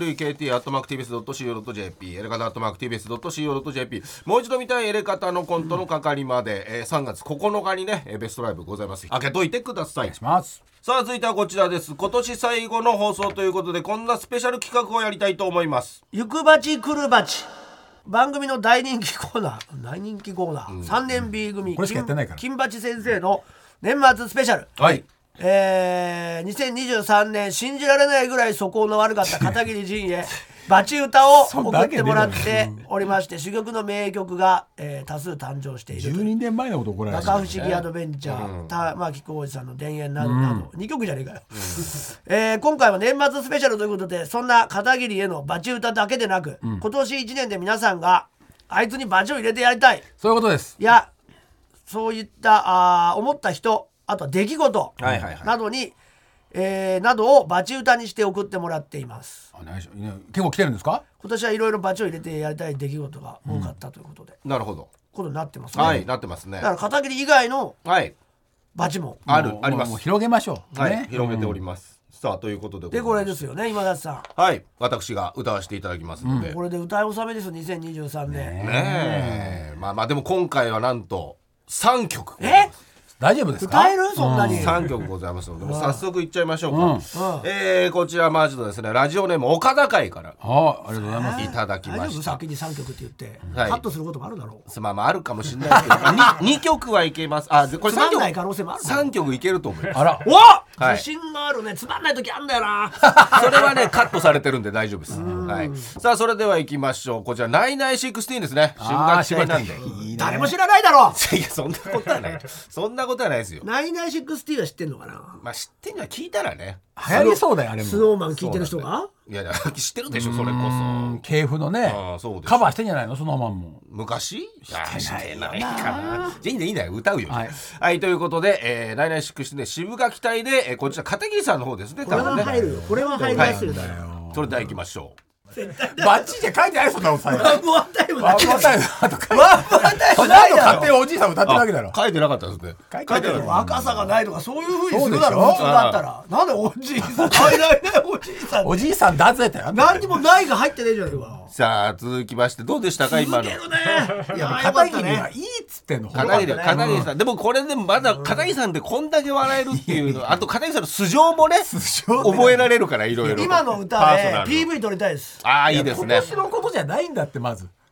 elekt@tbs.co.jp、 エレカタ @tbs.co.jp。 もう一度見たいやり方のコントの係まで、3月9日にねベストライブございます。開けといてください。さあ続いてはこちらです。今年最後の放送ということで、こんなスペシャル企画をやりたいと思います。 ゆくばちくるばち、番組の大人気コーナー、3年 B 組金八先生の年末スペシャル。2023年信じられないぐらい素行の悪かった片桐仁へバチ歌を送ってもらっておりまして、珠玉の名曲が、多数誕生している。 12年前のこと怒られましたね。 バカ不思議アドベンチャー、玉置浩二さんの田園などなど、2曲じゃねえかよ。今回は年末スペシャルということで、そんな片桐へのバチ歌だけでなく、今年1年で皆さんがあいつにバチを入れてやりたい、 そういうことです。 いや、そういった思った人、あとは出来事などに、などをバチ歌にして送ってもらっています。 結構来てるんですか？ 今年はいろいろバチを入れてやりたい出来事が多かったということで、 なるほど、 ことになってますね。 はい、なってますね。 だから片桐以外のバチもあります。 もう広げましょう。 はい、広げております。さあということでこれですよね、今田さん。 はい、私が歌わせていただきますので、 これで歌い納めです。2023年ね。まあでも今回はなんと3曲。 大丈夫ですか？ 歌える？そんなに 3曲ございますので、もう早速いっちゃいましょうか。こちらまずですね、ラジオネーム岡田会からありがとうございます、いただきました。 先に3曲って言ってカットすることもあるだろう。 まああるかもしれないですけど2曲はいけます。これつまんない可能性もある。 3曲いけると思います。 あら、自信があるね。つまんない時あんだよな。 それはねカットされてるんで大丈夫です。さあそれでは行きましょう。こちらナイナイ16ですね。春学期なんで誰も知らないだろう。 いやそんなことはない。そんなことはないですよ。 ナイナイ60は知ってんのかな。 まあ知ってんのは聞いたらね、 流行りそうだよ。あれもスノーマン聞いてる人が、 いや知ってるでしょ、それこそ。 系譜のねカバーしてんじゃないの、スノーマンも昔。してないかな。じゃあいいんだよ、歌うよ。はい、ということでナイナイ16で渋垣隊で、こちら片桐さんの方ですね。 これは入るよ、これは入りますよ。 それでは行きましょう。 バッチリで書いてないそんなことさ。 ワンモアタイムだけ。 ワンモアタイムあと書いてない。その後勝手におじいさん歌ってるわけだろ。 書いてなかったですね。 書いてる。若さがないとかそういう風にするだろ。普通だったらなんでおじいさん入らないおじいさん。 おじいさんだぜって。 何にもないが入ってねえじゃねえか。 さあ続きましてどうでしたか今の。 続けるね。 いや片桐はいいっつってんの。 片桐さんでもこれでまだ片桐さんでこんだけ笑えるっていうの、あと片桐さんの素性もね覚えられるから、いろいろ。 今の歌で PV 撮りたいです。 ああいいですね。 今年のことじゃないんだって。まず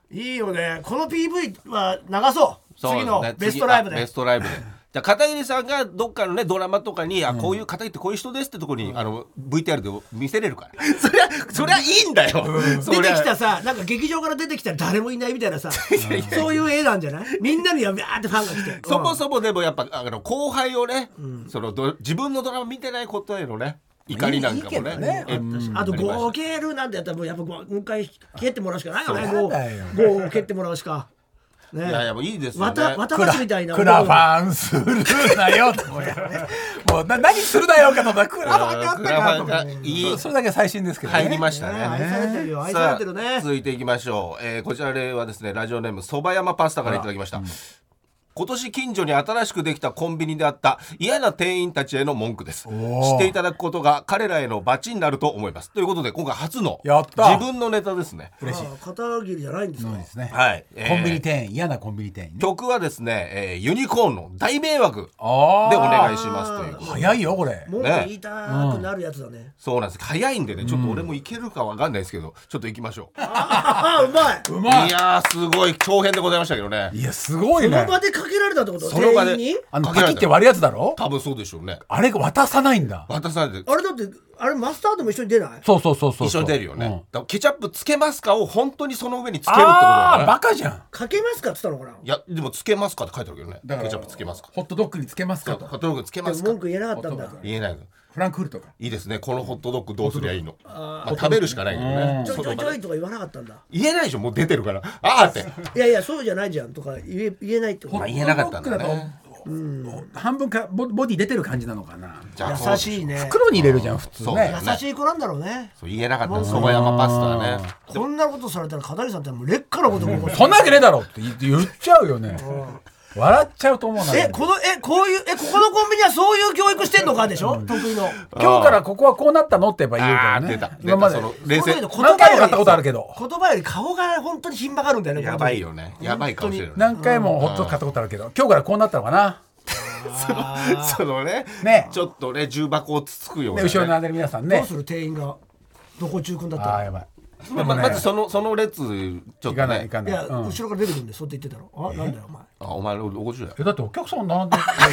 いいよね。この PV は流そう。 そう次のベストライブで。 ベストライブで。じゃあ片桐さんがどっかのねドラマとかに、こういう片桐ってこういう人ですってところにVTR で見せれるから。そりゃいいんだよ。 出てきたさ、なんか劇場から出てきたら誰もいないみたいなさ、そういう絵なんじゃない？みんなにはビャーってファンが来て。 そもそもでもやっぱ後輩をね、自分のドラマ見てないことへのね。怒りなんかもね。 あと5を蹴るなんてやったらもうやっぱもう一回蹴ってもらうしかないよね。5を蹴ってもらうしか。 いやいやもういいですよね。 綿橋みたいな。 クラファンするなよともう何するなよかとクラファンがあったかといい。それだけ最新ですけどね。 入りましたね。 愛されてるよ。愛されてるね。 続いていきましょう。こちらはですねラジオネームそば山パスタからいただきました。今年近所に新しくできたコンビニであった嫌な店員たちへの文句です。知っていただくことが彼らへの罰になると思います。ということで今回初の自分のネタですね。 嬉しい。片桐じゃないんですか。 そうですね。 はい。 コンビニ店員、嫌なコンビニ店員。 曲はですね、ユニコーンの大迷惑でお願いしますということで。 早いよこれ。 もう言いたくなるやつだね。 そうなんです。早いんでね、ちょっと俺もいけるかわかんないですけど、ちょっと行きましょう。 うまい。 うまい。 いやーすごい長編でございましたけどね。 いやすごいね。 その場でかけられたってこと？ その場でパキって割るやつだろ。 多分そうでしょうね。 あれ渡さないんだ。 渡さないで。 あれだってあれマスタードも一緒に出ない？ そう一緒に出るよね。だからケチャップつけますかを本当にその上につけるってことだね。 バカじゃん。 かけますかっつったのかな。 いやでもつけますかって書いてあるけどね。ケチャップつけますか。 ホットドッグにつけますかと。 ホットドッグつけますか。 文句言えなかったんだ。 言えないの。 フランクフルトか。 いいですね。このホットドッグどうすりゃいいの。食べるしかないけどね。 ちょいちょいちょいとか言わなかったんだ。 言えないでしょ。もう出てるから。あーって。 いやいやそうじゃないじゃんとか言えないってこと。 言えなかったんだね。 半分かボディ出てる感じなのかな。 優しいね。 袋に入れるじゃん普通ね。 優しい子なんだろうね。 そう言えなかったそば山パスタね。 こんなことされたら片桐さんってもう劣化なこともそんなわけねえだろって言っちゃうよね。笑っちゃうと思うな。 このこのコンビニはそういう教育してんのかでしょ。得意の。 今日からここはこうなったのって言えば言うからね。今まで冷静。 何回も買ったことあるけど。 言葉より顔が本当にひんばかるんだよね。 やばいよね。やばい顔してる。 何回もホット買ったことあるけど今日からこうなったのかな。 そのねちょっとね重箱をつつくような。 後ろに並んでる皆さんね。 どうする店員がどこ中君だったら。 やばい。 まずその列ちょっとね。 いや後ろから出てくるんでそうって言ってたろ。なんだよお前。 お前おじゅうだってお客さん並んで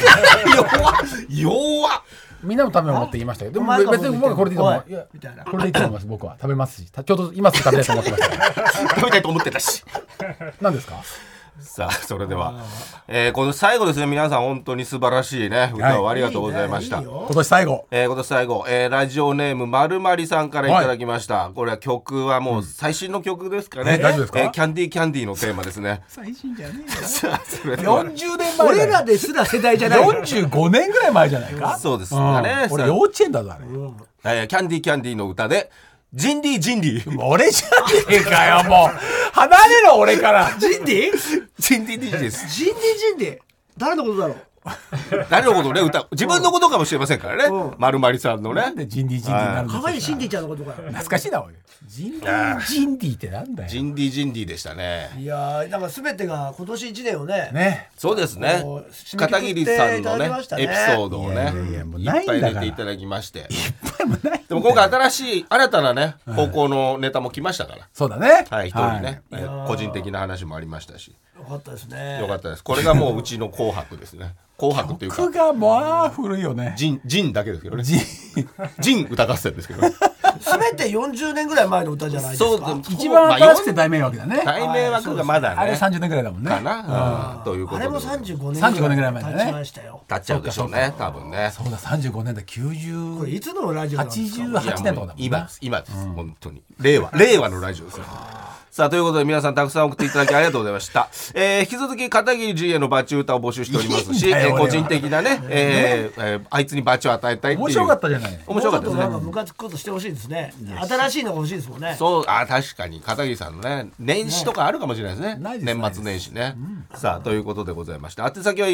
弱っ。 みんなのためを思って言いましたけど、でも別に僕はこれでいいと思う。これでいいと思います。僕は食べますし、ちょうど今すぐ食べたいと思ってました。 食べたいと思ってたし。 何ですか。 さあそれでは、この最後ですね。皆さん本当に素晴らしいね歌をありがとうございました。 今年最後、 ラジオネームまるまりさんからいただきました。これは曲はもう最新の曲ですかね。 大丈夫ですか。 キャンディーのテーマですね。 最新じゃねえよ。 40 年前。 俺らですら世代じゃない。 45年ぐらい前じゃないか。 そうですね。 俺幼稚園だぞあれ。 キャンディーの歌でジンディ。 俺じゃねえかよもう。離れろ俺から。 ジンディです。 ジンディ誰のことだろう。 誰のことね自分のことかもしれませんからね。まるまりさんのね。 なんでジンディになるんですか。 可愛いシンディちゃんのことかよ。 懐かしいなおい。ジンディってなんだよ。 ジンディでしたね。 いやなんか全てが今年1年をね。 そうですね。片桐さんのねエピソードをねいっぱい入れていただきまして。でも今回新たなね方向のネタも来ましたから。 そうだね。 はい、一人ね個人的な話もありましたし。 よかったですね。 よかったです。これがもううちの紅白ですね。紅白っていうか。 曲がもう古いよね。 ジンだけですけどね。ジン歌合戦ですけどね。 全て40年ぐらい前の歌じゃないですか。そう一番新しくて大迷惑だね。 大迷惑がまだね。 あれ30年ぐらいだもんね。 かな。ということで。 あれも35年ぐらい前だね。経ちましたよ。 経っちゃうでしょうね。多分ね。 そうだ35年だ90。 これいつのラジオなんですか。 88 年とかだもんね。 今です本当に令和のラジオですよ。さあということで皆さんたくさん送っていただきありがとうございました。引き続き片桐仁へのバチ歌を募集しておりますし、個人的なね、あいつにバチを与えたいっていう。 面白かったじゃない。 面白かったですね。なんかムカつくことしてほしいですね。新しいのが欲しいですもんね。 そう確かに片桐さんのね年始とかあるかもしれないですね。年末年始ね。さあということでございまして、宛先は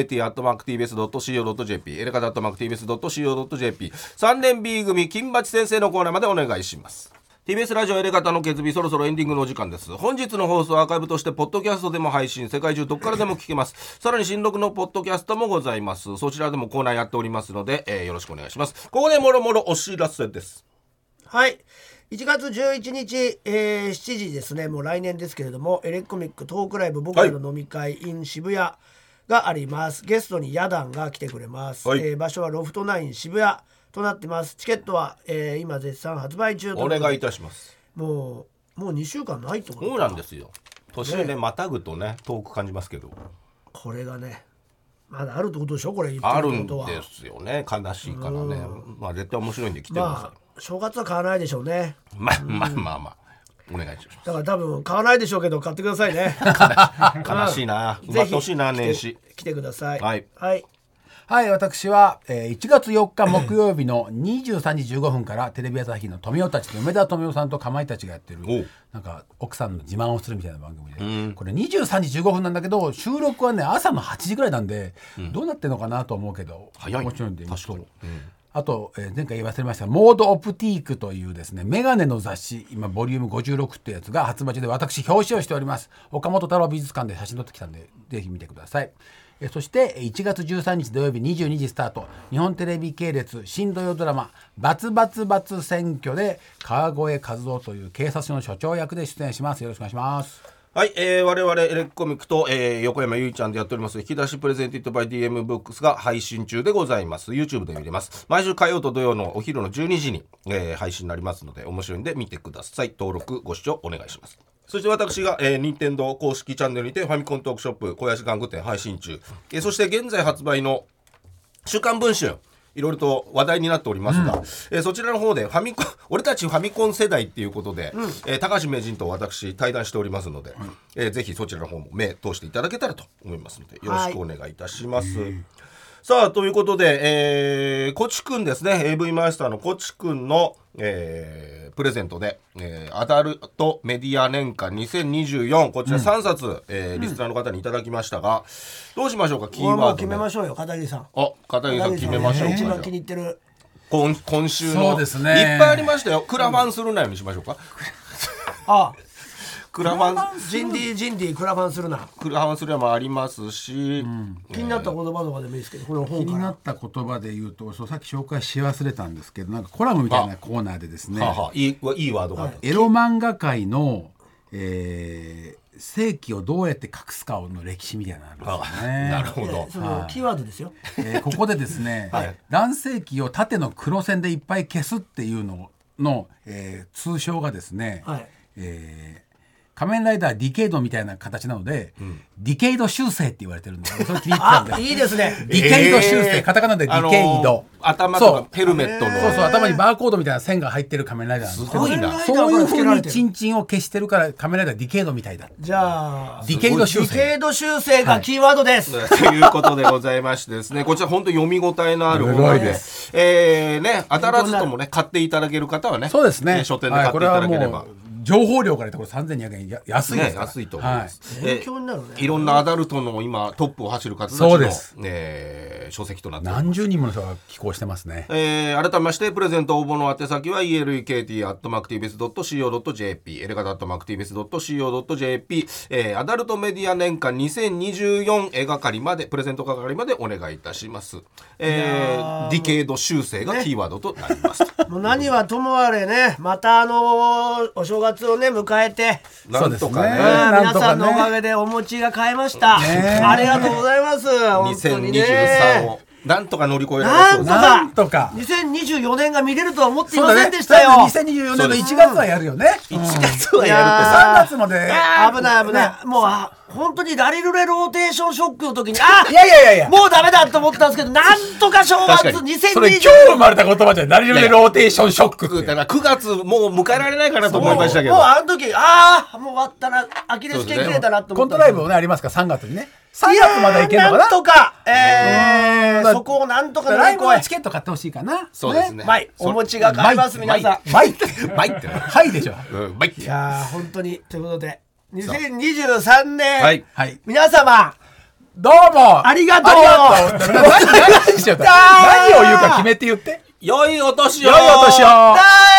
elekt@tbs.co.jp エレカタ@tbs.co.jp 3年 B 組金八先生のコーナーまでお願いします。TBS ラジオエレガタの決日、そろそろエンディングのお時間です。本日の放送はアーカイブとしてポッドキャストでも配信、世界中どこからでも聞けます。さらに新録のポッドキャストもございます。そちらでもコーナーやっておりますので、よろしくお願いします。ここでもろもろお知らせです。 はい、 1月11日、7時ですね、もう来年ですけれども、エレコミックトークライブ僕らの飲み会 in 渋谷があります。ゲストにヤダンが来てくれます。場所はロフト9渋谷となってます。チケットは、今絶賛発売中と。 お願いいたします。 もう2週間ないってことか。 そうなんですよ。年ねまたぐとね遠く感じますけど、 これがねまだあるってことでしょ、これ言ってあるんることは。 ですよね。悲しいからね。まあ絶対面白いんで来てください。 まあ正月は買わないでしょうね。 まあお願いします。 だから多分買わないでしょうけど買ってくださいね。 悲しいな。 ぜひほしいな年始。 来てください。 はいはい、私は、1月4日木曜日の23時15分からテレビ朝日の富美男たちと梅田富美男さんとかまいたちがやってるなんか奥さんの自慢をするみたいな番組で、これ23時15分なんだけど収録はね朝の8時ぐらいなんで、どうなってんのかなと思うけど早いもちろんで確かに、 あと、前回言い忘れましたモードオプティークというですねメガネの雑誌今ボリューム56ってやつが発売中で私表紙をしております。岡本太郎美術館で写真撮ってきたんでぜひ見てください。そして1月13日土曜日22時スタート、日本テレビ系列新土曜ドラマバツバツバツ選挙で川越和夫という警察署の署長役で出演します。よろしくお願いします。 はい、我々エレコミックと、横山由依ちゃんでやっております引き出しプレゼンティッドバイ DM ブックスが配信中でございます。 YouTube で見れます。毎週火曜と土曜のお昼の12時に、配信になりますので面白いんで見てください。登録ご視聴お願いします。そして私が、任天堂公式チャンネルにてファミコントークショップ小林玩具店配信中、そして現在発売の週刊文春いろいろと話題になっておりますが、そちらの方で俺たちファミコン世代っていうことで、高橋名人と私対談しておりますので、ぜひそちらの方も目通していただけたらと思いますのでよろしくお願いいたします。さあということで、こちくんですね、 AV マイスターのこちくんの、プレゼントで、アダルトメディア年間2024こちら3冊、リスナーの方にいただきましたが、どうしましょうか。キーワード、 もう決めましょうよ片桐さん。 片桐さん決めましょう。 一番気に入ってる今週のそうですね、 いっぱいありましたよ。クラファンするなよにしましょうか。クラファンジンディクラファンするな。 クラファンするのもありますし、 気になった言葉とかでもいいですけど、この本気になった言葉で言うとさっき紹介し忘れたんですけど、なんかコラムみたいなコーナーでですね、 いいワードがあった。 エロ漫画界の、世紀をどうやって隠すかの歴史みたいなのですよね。 なるほど。 そのキーワードですよ。 ここでですね、男性器を縦の黒線でいっぱい消すっていうのの、通称がですね、仮面ライダーディケイドみたいな形なので、ディケイド修正って言われてるんで、それ気に入ってたんでいいですね。 ディケイド修正、カタカナでディケイド、 頭とかヘルメットのそう頭にバーコードみたいな線が入ってる仮面ライダーなんですけど、 すごいな。 そういう風にチンチンを消してるから仮面ライダーディケイドみたいだ。 じゃあディケイド修正、 ディケイド修正がキーワードです、 ということでございましてですね、こちら本当読み応えのあるもので、当たらずともね買っていただける方はね、 そうですね、 書店で買っていただければ、 情報量から言ってこれ3200円安いですから、 安いと思います。 勉強になるね。 いろんなアダルトの今トップを走る方たちのそうです、 書籍となっております。 何十人もの人が寄稿してますね。 改めましてプレゼント応募の宛先は elekt@tbs.co.jp エレガタ@tbs.co.jp アダルトメディア年間2024係までプレゼント係までお願いいたします。ディケイド修正がキーワードとなります。 もう何はともあれね、またお正月をね迎えて、 なんとかね、 皆さんのおかげでお餅が買えました、ありがとうございます。本当にね 2023をなんとか乗り越えられそうです。 なんとか 2024年が見れるとは思っていませんでしたよ。 2024年の1月はやるよね。 1月はやるって3月まで危ない、もう本当にラリルレローテーションショックの時にいやもうダメだと思ったんですけど、なんとか正月2020 それ今日生まれた言葉じゃラリルレローテーションショックだから9月もう迎えられないかなと思いましたけど、 もうあの時もう終わったな、アキレス腱切れたなと思った。 コントライブもねありますから3月にね、3月までいけるのかな。 なんとかそこをなんとかライブのチケット買ってほしいかな。 そうですね。 お餅が買えます皆さん。 マイってはいでしょ。 いや本当にということで2023年、 はい、 皆様どうもありがとう。 何を言うか決めて言って。 良いお年を。 良いお年を。